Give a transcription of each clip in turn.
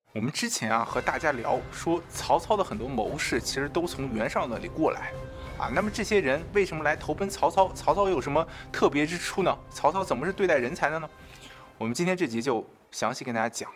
我们之前和大家聊说，曹操的很多谋士其实都从袁绍那里过来，那么这些人为什么来投奔曹操？曹操有什么特别之处呢？曹操怎么是对待人才的呢？我们今天这集就详细跟大家讲。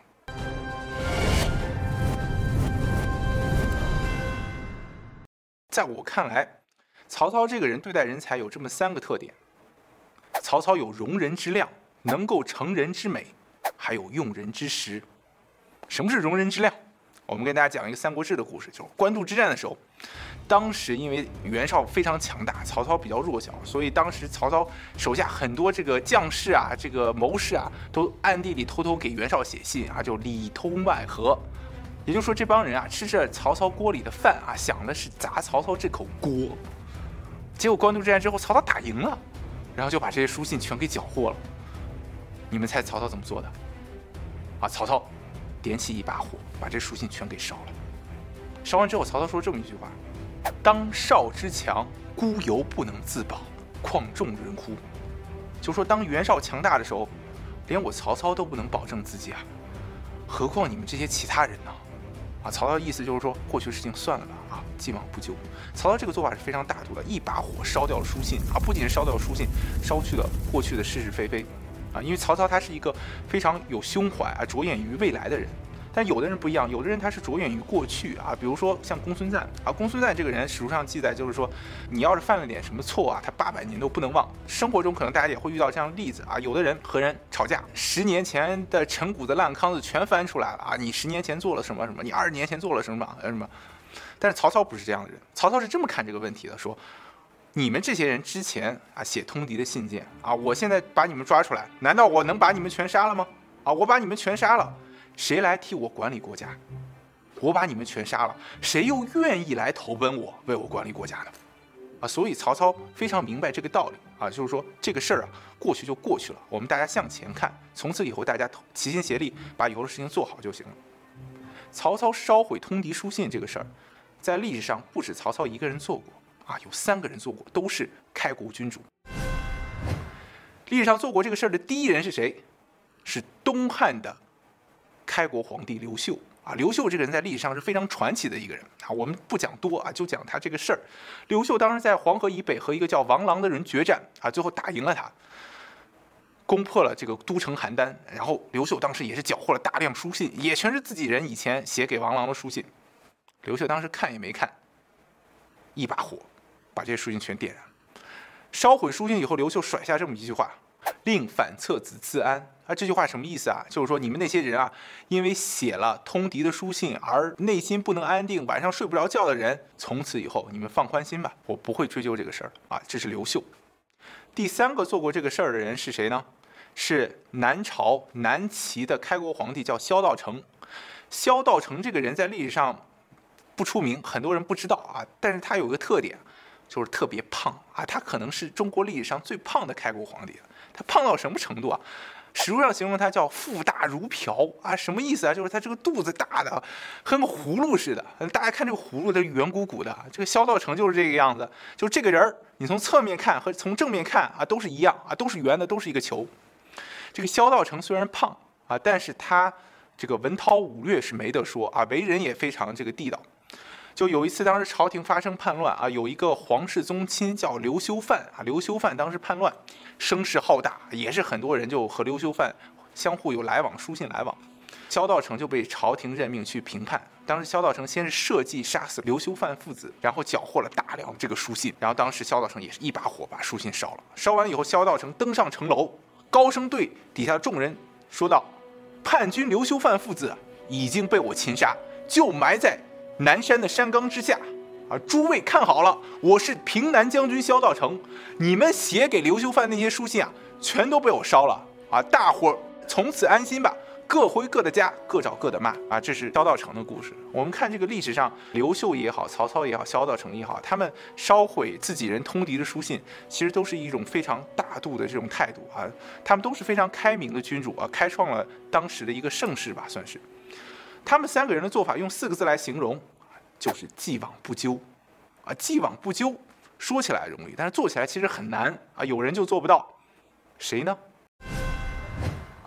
在我看来，曹操这个人对待人才有这么3个特点：曹操有容人之量，能够成人之美，还有用人之实。什么是容人之量？我们跟大家讲一个《三国志》的故事，就是官渡之战的时候，当时因为袁绍非常强大，曹操比较弱小，所以当时曹操手下很多这个将士这个谋士都暗地里偷偷给袁绍写信就里通外合。也就是说，这帮人吃着曹操锅里的饭想的是砸曹操这口锅。结果官渡之战之后，曹操打赢了，然后就把这些书信全给缴获了。你们猜曹操怎么做的？曹操点起一把火，把这书信全给烧了。烧完之后，曹操说这么一句话：“当少之强，孤犹不能自保，况众人乎？”就说当袁绍强大的时候，连我曹操都不能保证自己何况你们这些其他人呢？曹操的意思就是说，过去事情算了吧，既往不咎。曹操这个做法是非常大度的，一把火烧掉了书信不仅是烧掉了书信，烧去了过去的是是非非。因为曹操他是一个非常有胸怀着眼于未来的人，但有的人不一样，有的人他是着眼于过去比如说像公孙瓒公孙瓒这个人史书上记载就是说，你要是犯了点什么错他800年都不能忘。生活中可能大家也会遇到这样的例子有的人和人吵架，10年前的陈谷子烂糠子全翻出来了你10年前做了什么什么，你20年前做了什么什么。但是曹操不是这样的人，曹操是这么看这个问题的，说你们这些人之前写通敌的信件我现在把你们抓出来，难道我能把你们全杀了吗？我把你们全杀了，谁来替我管理国家？我把你们全杀了，谁又愿意来投奔我，为我管理国家呢？所以曹操非常明白这个道理就是说这个事儿过去就过去了，我们大家向前看，从此以后大家齐心协力把以后的事情做好就行了。曹操烧毁通敌书信这个事儿，在历史上不止曹操一个人做过有3个人做过，都是开国君主。历史上做过这个事儿的第一人是谁？是东汉的开国皇帝刘秀刘秀这个人在历史上是非常传奇的一个人我们不讲多就讲他这个事儿。刘秀当时在黄河以北和一个叫王朗的人决战最后打赢了他，攻破了这个都城邯郸。然后刘秀当时也是缴获了大量书信，也全是自己人以前写给王朗的书信。刘秀当时看也没看，一把火把这些书信全点燃。烧毁书信以后，刘秀甩下这么一句话：“令反侧子自安。”这句话什么意思就是说你们那些人因为写了通敌的书信而内心不能安定，晚上睡不着觉的人，从此以后你们放宽心吧，我不会追究这个事儿这是刘秀。第3个做过这个事儿的人是谁呢？是南朝南齐的开国皇帝，叫萧道成。萧道成这个人在历史上不出名，很多人不知道但是他有一个特点，就是特别胖他可能是中国历史上最胖的开国皇帝。他胖到什么程度史书上形容他叫腹大如瓢什么意思就是他这个肚子大的和个葫芦似的。大家看这个葫芦，它圆鼓鼓的，这个萧道成就是这个样子。就这个人你从侧面看和从正面看都是一样都是圆的，都是一个球。这个萧道成虽然胖但是他这个文韬武略是没得说为人也非常这个地道。就有一次，当时朝廷发生叛乱有一个皇室宗亲叫刘修范刘修范当时叛乱，声势浩大，也是很多人就和刘修范相互有来往，书信来往。萧道成就被朝廷任命去平叛。当时萧道成先是设计杀死刘修范父子，然后缴获了大量这个书信，然后当时萧道成也是一把火把书信烧了。烧完以后，萧道成登上城楼，高声对底下的众人说道：“叛军刘修范父子已经被我擒杀，就埋在南山的山冈之下诸位看好了，我是平南将军萧道成，你们写给刘修范那些书信全都被我烧了大伙儿从此安心吧，各回各的家，各找各的妈这是萧道成的故事。我们看这个历史上，刘秀也好，曹操也好，萧道成也好，他们烧毁自己人通敌的书信，其实都是一种非常大度的这种态度他们都是非常开明的君主开创了当时的一个盛世吧，算是。他们3个人的做法用4个字来形容，就是既往不咎既往不咎说起来容易，但是做起来其实很难有人就做不到。谁呢？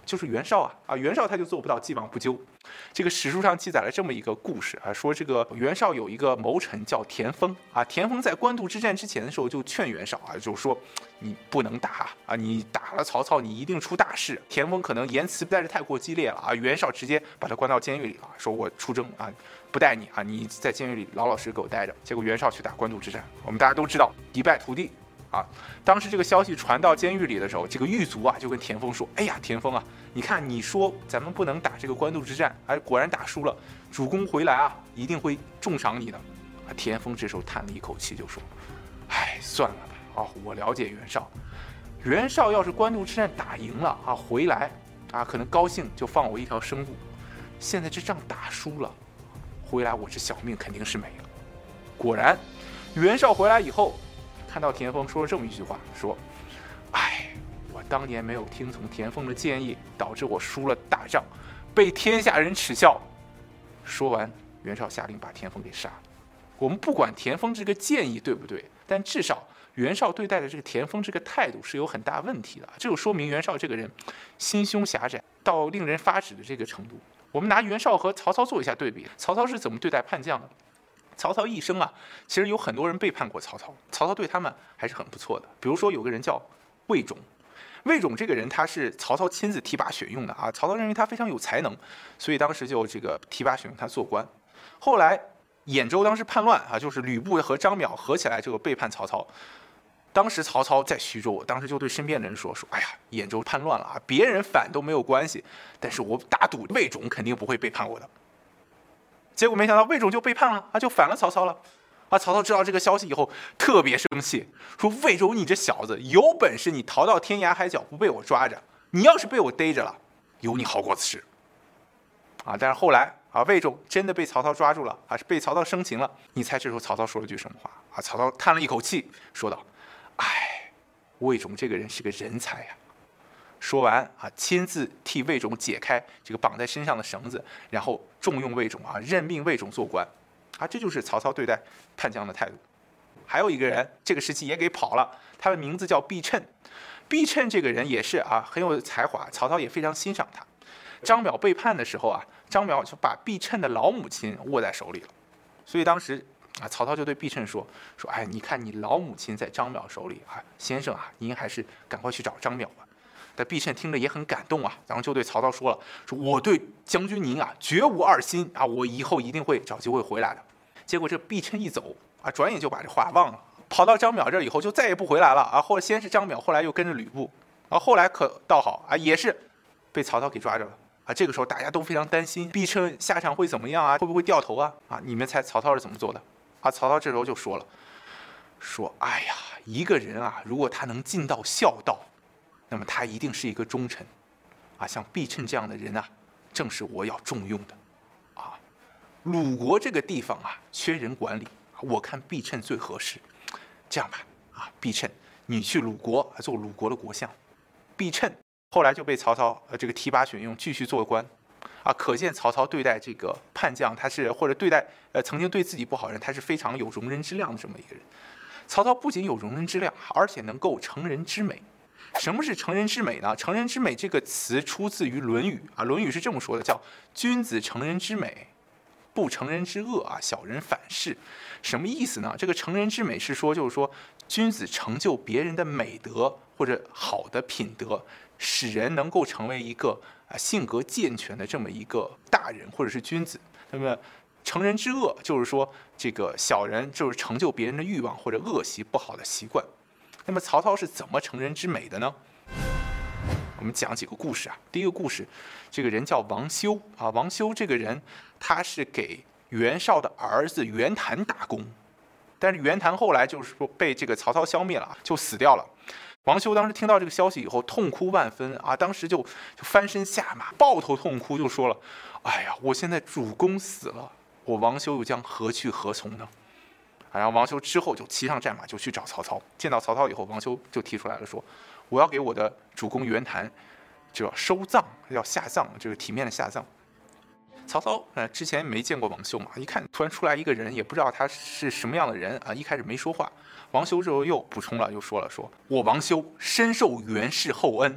就是袁绍袁绍他就做不到既往不咎。这个史书上记载了这么一个故事说这个袁绍有一个谋臣叫田丰田丰在官渡之战之前的时候就劝袁绍就说你不能打你打了曹操你一定出大事。田丰可能言辞实在是太过激烈了袁绍直接把他关到监狱里了，说我出征不带你你在监狱里老老实实给我待着。结果袁绍去打官渡之战，我们大家都知道敌败涂地当时这个消息传到监狱里的时候，这个狱卒就跟田丰说：“哎呀，田丰你看你说咱们不能打这个官渡之战，果然打输了，主公回来一定会重赏你的。”田丰这时候叹了一口气，就说：“哎，算了吧，我了解袁绍，袁绍要是官渡之战打赢了回来可能高兴就放我一条生路。现在这仗打输了，回来我这小命肯定是没了。”果然，袁绍回来以后，看到田丰说了这么一句话，说：“哎，我当年没有听从田丰的建议，导致我输了大仗，被天下人耻笑。”说完，袁绍下令把田丰给杀了。我们不管田丰这个建议对不对，但至少袁绍对待的这个田丰这个态度是有很大问题的，这就说明袁绍这个人心胸狭窄到令人发指的这个程度。我们拿袁绍和曹操做一下对比，曹操是怎么对待叛将的？曹操一生其实有很多人背叛过曹操，曹操对他们还是很不错的。比如说有个人叫魏种，魏种这个人他是曹操亲自提拔选用的曹操认为他非常有才能，所以当时就这个提拔选用他做官。后来兖州当时叛乱就是吕布和张邈合起来这个背叛曹操。当时曹操在徐州，当时就对身边的人说：“哎呀，兖州叛乱了别人反都没有关系，但是我打赌魏种肯定不会背叛我的。”结果没想到魏种就背叛了就反了曹操了曹操知道这个消息以后特别生气，说：“魏种你这小子，有本事你逃到天涯海角不被我抓着，你要是被我逮着了，有你好过此事。”但是后来魏种真的被曹操抓住了是被曹操生擒了。你猜这时候曹操说了句什么话曹操叹了一口气，说道：“哎，魏种这个人是个人才呀。”说完亲自替魏种解开这个绑在身上的绳子，然后重用魏种任命魏种做官这就是曹操对待叛将的态度。还有一个人这个时期也给跑了，他的名字叫毕趁。毕趁这个人也是很有才华，曹操也非常欣赏他。张邈背叛的时候张邈就把毕趁的老母亲握在手里了，所以当时曹操就对毕趁说：“哎，你看你老母亲在张邈手里先生您还是赶快去找张邈吧。”但毕趁听着也很感动然后就对曹操说了：“说我对将军您绝无二心我以后一定会找机会回来的。”结果这毕趁一走转眼就把这话忘了，跑到张邈这以后就再也不回来了后来先是张邈，后来又跟着吕布后来可倒好也是被曹操给抓着了这个时候大家都非常担心毕趁下场会怎么样会不会掉头你们猜曹操是怎么做的曹操这时候就说了：“说哎呀，一个人如果他能尽到孝道，那么他一定是一个忠臣像毕趁这样的人正是我要重用的鲁国这个地方缺人管理我看毕趁最合适。这样吧毕趁你去鲁国做鲁国的国相。”毕趁后来就被曹操这个提拔选用，继续做官可见曹操对待这个叛将，他是或者对待曾经对自己不好的人，他是非常有容人之量的这么一个人。曹操不仅有容人之量，而且能够成人之美。什么是成人之美呢？成人之美这个词出自于《论语》论语是这么说的，叫君子成人之美，不成人之恶小人反是。什么意思呢？这个成人之美是说，就是说君子成就别人的美德或者好的品德，使人能够成为一个性格健全的这么一个大人或者是君子。那么成人之恶就是说这个小人就是成就别人的欲望或者恶习不好的习惯。那么曹操是怎么成人之美的呢？我们讲几个故事第一个故事，这个人叫王修王修这个人他是给袁绍的儿子袁谭打工，但是袁谭后来就是说被这个曹操消灭了，就死掉了。王修当时听到这个消息以后痛哭万分当时就翻身下马抱头痛哭，就说了：“哎呀，我现在主公死了，我王修又将何去何从呢？”然后王修之后就骑上战马就去找曹操。见到曹操以后，王修就提出来了说：“我要给我的主公袁谭就要收葬，要下葬，这个体面的下葬。”曹操之前没见过王修嘛，一看突然出来一个人，也不知道他是什么样的人一开始没说话。王修之后又补充了，又说了：“说我王修深受袁氏厚恩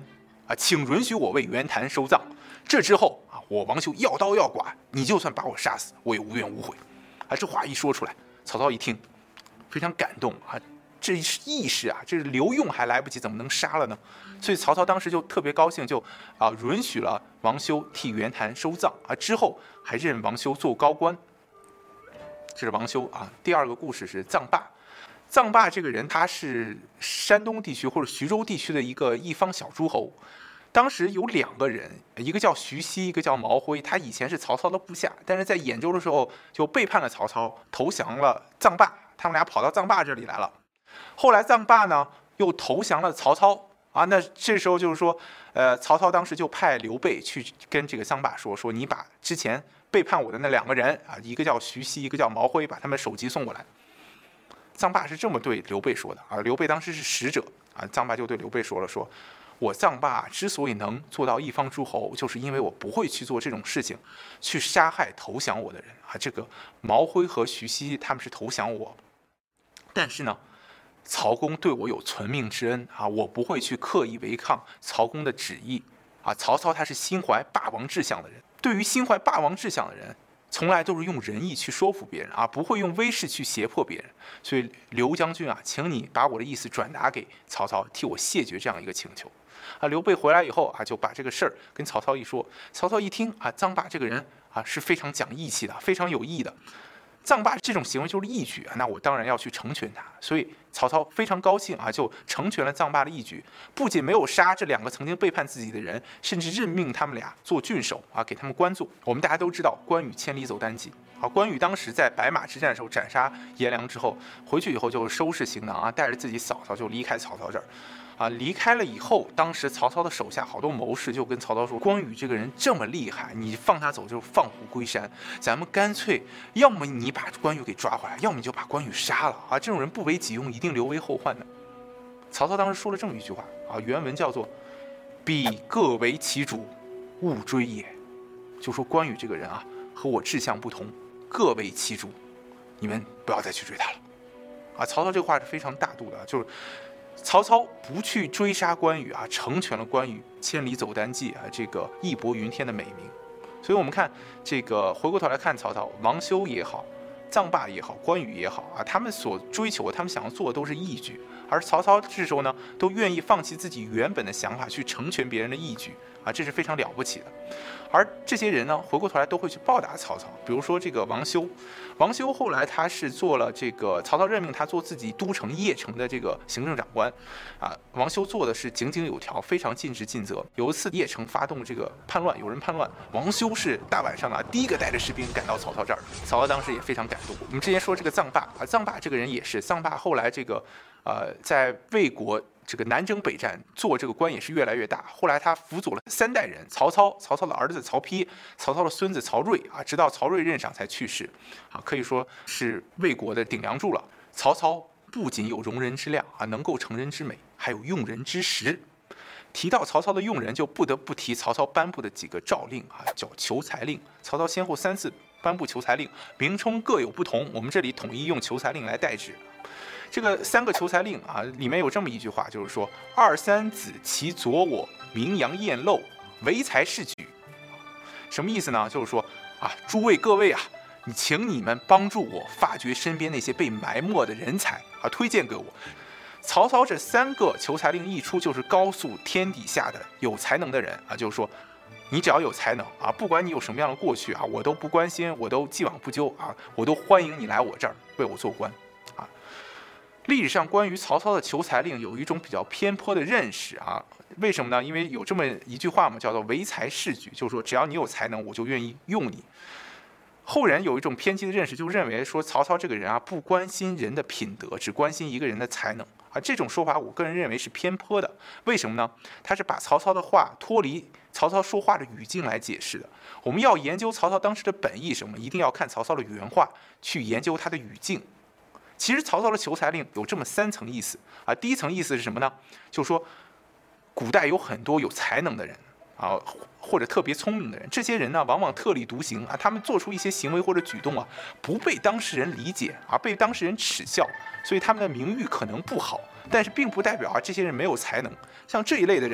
啊，请允许我为袁谭收葬。这之后啊，我王修要刀要剐，你就算把我杀死，我也无怨无悔。啊，这话一说出来，曹操一听，非常感动啊，这是义士啊，这是留用还来不及，怎么能杀了呢？所以曹操当时就特别高兴，就允许了王修替袁谭收葬啊，之后还任王修做高官。这是王修啊。第二个故事是臧霸。臧霸这个人，他是山东地区或者徐州地区的一个一方小诸侯。当时有2个人，一个叫徐熙，一个叫毛辉。他以前是曹操的部下，但是在兖州的时候就背叛了曹操，投降了臧霸。他们俩跑到臧霸这里来了。后来臧霸呢又投降了曹操啊。那这时候就是说，曹操当时就派刘备去跟这个臧霸说你把之前背叛我的那2个人啊，一个叫徐熙，一个叫毛辉，把他们首级送过来。臧霸是这么对刘备说的啊。刘备当时是使者啊，臧霸就对刘备说了，说我臧霸之所以能做到一方诸侯，就是因为我不会去做这种事情，去杀害投降我的人啊。这个毛辉和徐熙他们是投降我，但是呢，曹公对我有存命之恩啊，我不会去刻意违抗曹公的旨意啊。曹操他是心怀霸王志向的人，对于心怀霸王志向的人，从来都是用仁义去说服别人啊，不会用威势去胁迫别人。所以刘将军啊，请你把我的意思转达给曹操，替我谢绝这样一个请求啊。刘备回来以后啊，就把这个事儿跟曹操一说。曹操一听啊，臧霸这个人啊是非常讲义气的，非常有义的。臧霸这种行为就是义举啊，那我当然要去成全他。所以曹操非常高兴啊，就成全了臧霸的义举，不仅没有杀这2个曾经背叛自己的人，甚至任命他们俩做郡守啊，给他们官做。我们大家都知道，关羽千里走单骑啊。关羽当时在白马之战的时候斩杀颜良之后，回去以后就收拾行囊啊，带着自己嫂嫂就离开曹操这儿。啊，离开了以后，当时曹操的手下好多谋士就跟曹操说，关羽这个人这么厉害，你放他走就放虎归山，咱们干脆要么你把关羽给抓回来，要么你就把关羽杀了啊！这种人不为己用，一定留为后患的。曹操当时说了这么一句话啊，原文叫做“彼各为其主，勿追也”，就说关羽这个人啊和我志向不同，各为其主，你们不要再去追他了啊！曹操这个话是非常大度的，就是曹操不去追杀关羽啊，成全了关羽千里走单骑啊这个义薄云天的美名。所以我们看这个，回过头来看曹操，王修也好，臧霸也好，关羽也好啊，他们所追求的，他们想要做的都是义举，而曹操这时候呢，都愿意放弃自己原本的想法去成全别人的义举啊，这是非常了不起的。而这些人呢，回过头来都会去报答曹操。比如说这个王修，王修后来他是做了这个曹操任命他做自己都城邺城的这个行政长官，啊，王修做的是井井有条，非常尽职尽责。有一次邺城发动这个叛乱，有人叛乱，王修是大晚上啊第一个带着士兵赶到曹操这儿，曹操当时也非常感动。我们之前说这个臧霸啊，臧霸这个人也是，臧霸后来这个在魏国这个南征北战做这个官也是越来越大，后来他辅佐了3代人，曹操的儿子曹丕，曹操的孙子曹睿啊，直到曹睿任上才去世啊，可以说是魏国的顶梁柱了。曹操不仅有容人之量啊，能够成人之美，还有用人之实。提到曹操的用人，就不得不提曹操颁布的几个诏令啊，叫求财令。曹操先后3次颁布求财令，名称各有不同，我们这里统一用求财令来代指。这个3个求财令啊，里面有这么一句话，就是说2、3子其佐我，名扬宴陋，唯才是举。什么意思呢？就是说啊，诸位各位啊，请你们帮助我发掘身边那些被埋没的人才啊，推荐给我。曹操这3个求财令一出，就是告诉天底下的有才能的人啊，就是说你只要有才能啊，不管你有什么样的过去啊，我都不关心，我都既往不咎啊，我都欢迎你来我这儿为我做官啊。历史上关于曹操的求财令有一种比较偏颇的认识啊，为什么呢？因为有这么一句话嘛，叫做唯才是举，就是说只要你有才能，我就愿意用你。后人有一种偏激的认识，就认为说曹操这个人啊，不关心人的品德，只关心一个人的才能啊。这种说法，我个人认为是偏颇的。为什么呢？他是把曹操的话脱离曹操说话的语境来解释的。我们要研究曹操当时的本意什么，一定要看曹操的原话，去研究他的语境。其实曹操的求财令有这么3层意思啊。第一层意思是什么呢？就是说，古代有很多有才能的人啊，或者特别聪明的人，这些人呢，往往特立独行啊，他们做出一些行为或者举动啊，不被当事人理解啊，被当事人耻笑，所以他们的名誉可能不好，但是并不代表啊这些人没有才能。像这一类的人呢，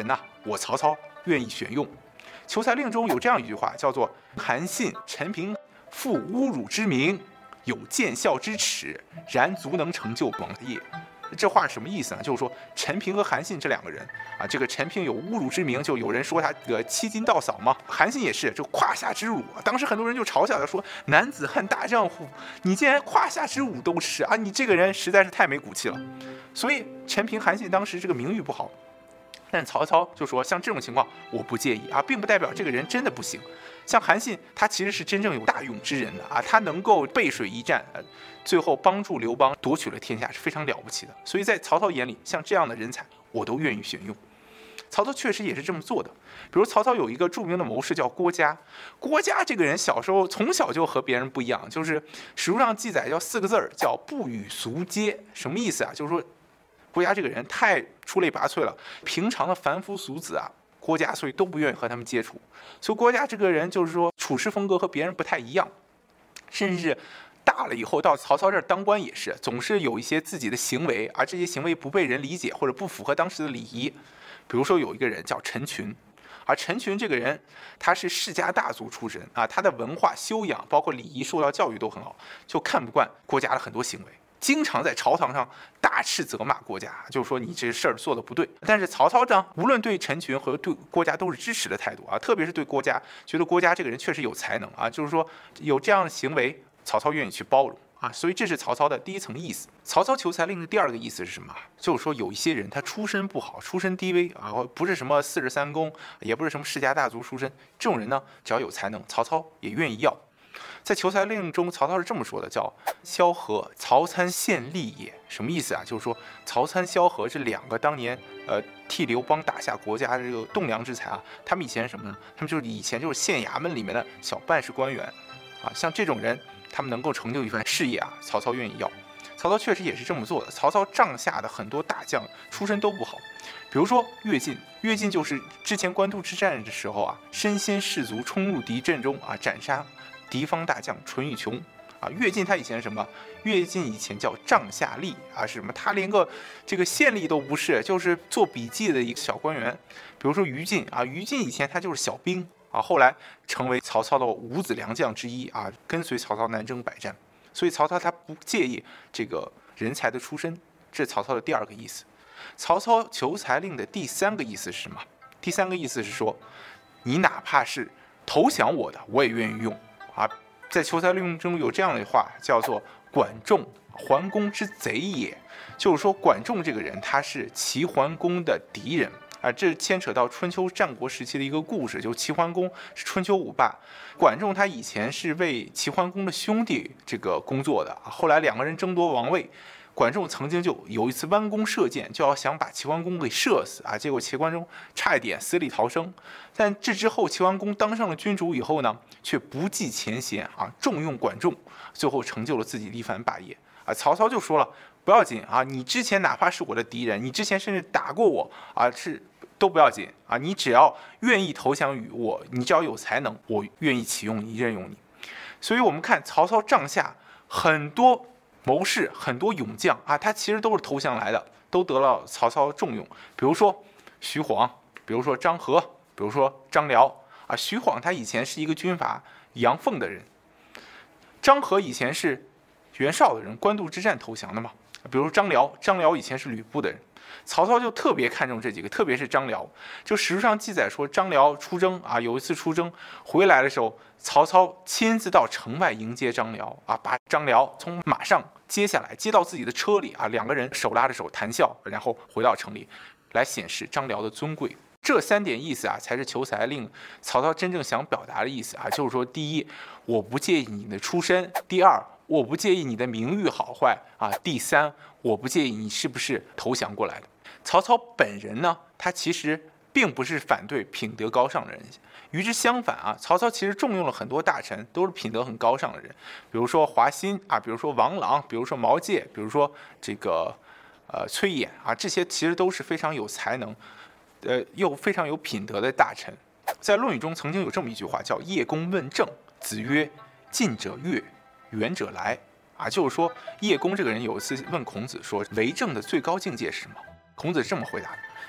我曹操愿意选用。求才令中有这样一句话，叫做“韩信、陈平负侮辱之名，有见效之耻，然足能成就王业”。这话是什么意思呢？就是说陈平和韩信这两个人啊，这个陈平有侮辱之名，就有人说他这个欺金盗嫂嘛。韩信也是，就胯下之辱。当时很多人就嘲笑他说：“男子汉大丈夫，你竟然胯下之辱都吃啊！你这个人实在是太没骨气了。”所以陈平、韩信当时这个名誉不好。但曹操就说，像这种情况我不介意啊，并不代表这个人真的不行。像韩信，他其实是真正有大勇之人的啊，他能够背水一战，最后帮助刘邦夺取了天下，是非常了不起的。所以在曹操眼里，像这样的人才，我都愿意选用。曹操确实也是这么做的。比如曹操有一个著名的谋士叫郭嘉，郭嘉这个人小时候从小就和别人不一样，就是史书上记载叫4个字，叫不与俗接。什么意思啊？就是说郭嘉这个人太出类拔萃了，平常的凡夫俗子啊，郭嘉所以都不愿意和他们接触。所以郭嘉这个人就是说处事风格和别人不太一样，甚至大了以后到曹操这儿当官也是，总是有一些自己的行为，而这些行为不被人理解或者不符合当时的礼仪。比如说有一个人叫陈群，而陈群这个人他是世家大族出身啊，他的文化修养包括礼仪受到教育都很好，就看不惯郭嘉的很多行为，经常在朝堂上大斥责骂郭嘉，就是说你这事儿做的不对。但是曹操呢，无论对陈群和对郭嘉都是支持的态度啊，特别是对郭嘉，觉得郭嘉这个人确实有才能啊，就是说有这样的行为，曹操愿意去包容啊，所以这是曹操的第一层意思。曹操求才令的第二个意思是什么？就是说有一些人他出身不好，出身低微啊，不是什么43公，也不是什么世家大族出身，这种人呢，只要有才能，曹操也愿意要。在求才令中，曹操是这么说的，叫萧何、曹参献力也。什么意思啊？就是说曹参、萧何这两个当年替刘邦打下国家这个栋梁之才啊，他们以前是什么呢？他们就是以前就是县衙门里面的小办事官员啊，像这种人，他们能够成就一番事业啊，曹操愿意要。曹操确实也是这么做的。曹操帐下的很多大将出身都不好，比如说乐进，乐进就是之前官渡之战的时候啊，身先士卒冲入敌阵中啊，斩杀敌方大将淳于琼啊。乐进他以前什么？乐进以前叫帐下吏啊，是什么？他连个这个县吏都不是，就是做笔记的一个小官员。比如说于禁啊，于禁以前他就是小兵啊，后来成为曹操的5子良将之一啊，跟随曹操南征百战。所以曹操他不介意这个人才的出身，这是曹操的第二个意思。曹操求才令的第三个意思是什么？第三个意思是说，你哪怕是投降我的，我也愿意用啊。在求才令中有这样的话，叫做管仲，桓公之贼也。就是说管仲这个人他是齐桓公的敌人啊，这牵扯到春秋战国时期的一个故事，就是齐桓公是春秋5霸，管仲他以前是为齐桓公的兄弟这个工作的，后来2个人争夺王位，管仲曾经就有一次弯弓射箭，就要想把齐桓公给射死啊，结果齐桓公差一点死里逃生。但这之后齐桓公当上了君主以后呢，却不计前嫌啊，重用管仲，最后成就了自己的一番霸业啊。曹操就说了，不要紧啊，你之前哪怕是我的敌人，你之前甚至打过我啊，都不要紧啊，你只要愿意投降于我，你只要有才能，我愿意启用你，任用你。所以我们看曹操帐下很多谋士，很多勇将啊，他其实都是投降来的，都得了曹操重用。比如说徐晃，比如说张合，比如说张辽啊。徐晃他以前是一个军阀杨奉的人，张合以前是袁绍的人，官渡之战投降的嘛。比如张辽以前是吕布的人。曹操就特别看重这几个，特别是张辽。就史书上记载说，张辽出征啊，有一次出征回来的时候，曹操亲自到城外迎接张辽啊，把张辽从马上接下来，接到自己的车里啊，2个人手拉着手谈笑，然后回到城里，来显示张辽的尊贵。这3点意思啊，才是求才令曹操真正想表达的意思啊，就是说，第一，我不介意你的出身；第二，我不介意你的名誉好坏啊；第三，我不介意你是不是投降过来的。曹操本人呢，他其实并不是反对品德高尚的人，与之相反啊，曹操其实重用了很多大臣，都是品德很高尚的人，比如说华歆啊，比如说王朗，比如说毛玠，比如说这个崔琰啊，这些其实都是非常有才能，又非常有品德的大臣。在《论语》中曾经有这么一句话，叫叶公问政，子曰：近者悦，远者来。啊，就是说叶公这个人有一次问孔子说，为政的最高境界是什么？孔子是这么回答的，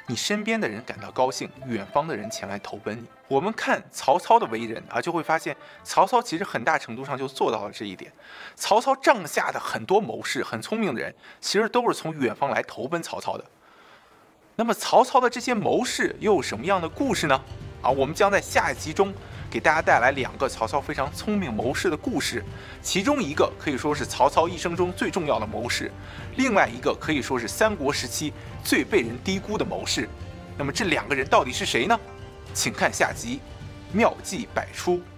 你身边的人感到高兴，远方的人前来投奔你。我们看曹操的为人啊，就会发现曹操其实很大程度上就做到了这一点。曹操帐下的很多谋士、很聪明的人，其实都是从远方来投奔曹操的。那么曹操的这些谋士又有什么样的故事呢？我们将在下一集中给大家带来2个曹操非常聪明谋士的故事，其中一个可以说是曹操一生中最重要的谋士，另外一个可以说是三国时期最被人低估的谋士。那么这2个人到底是谁呢？请看下集，妙计百出。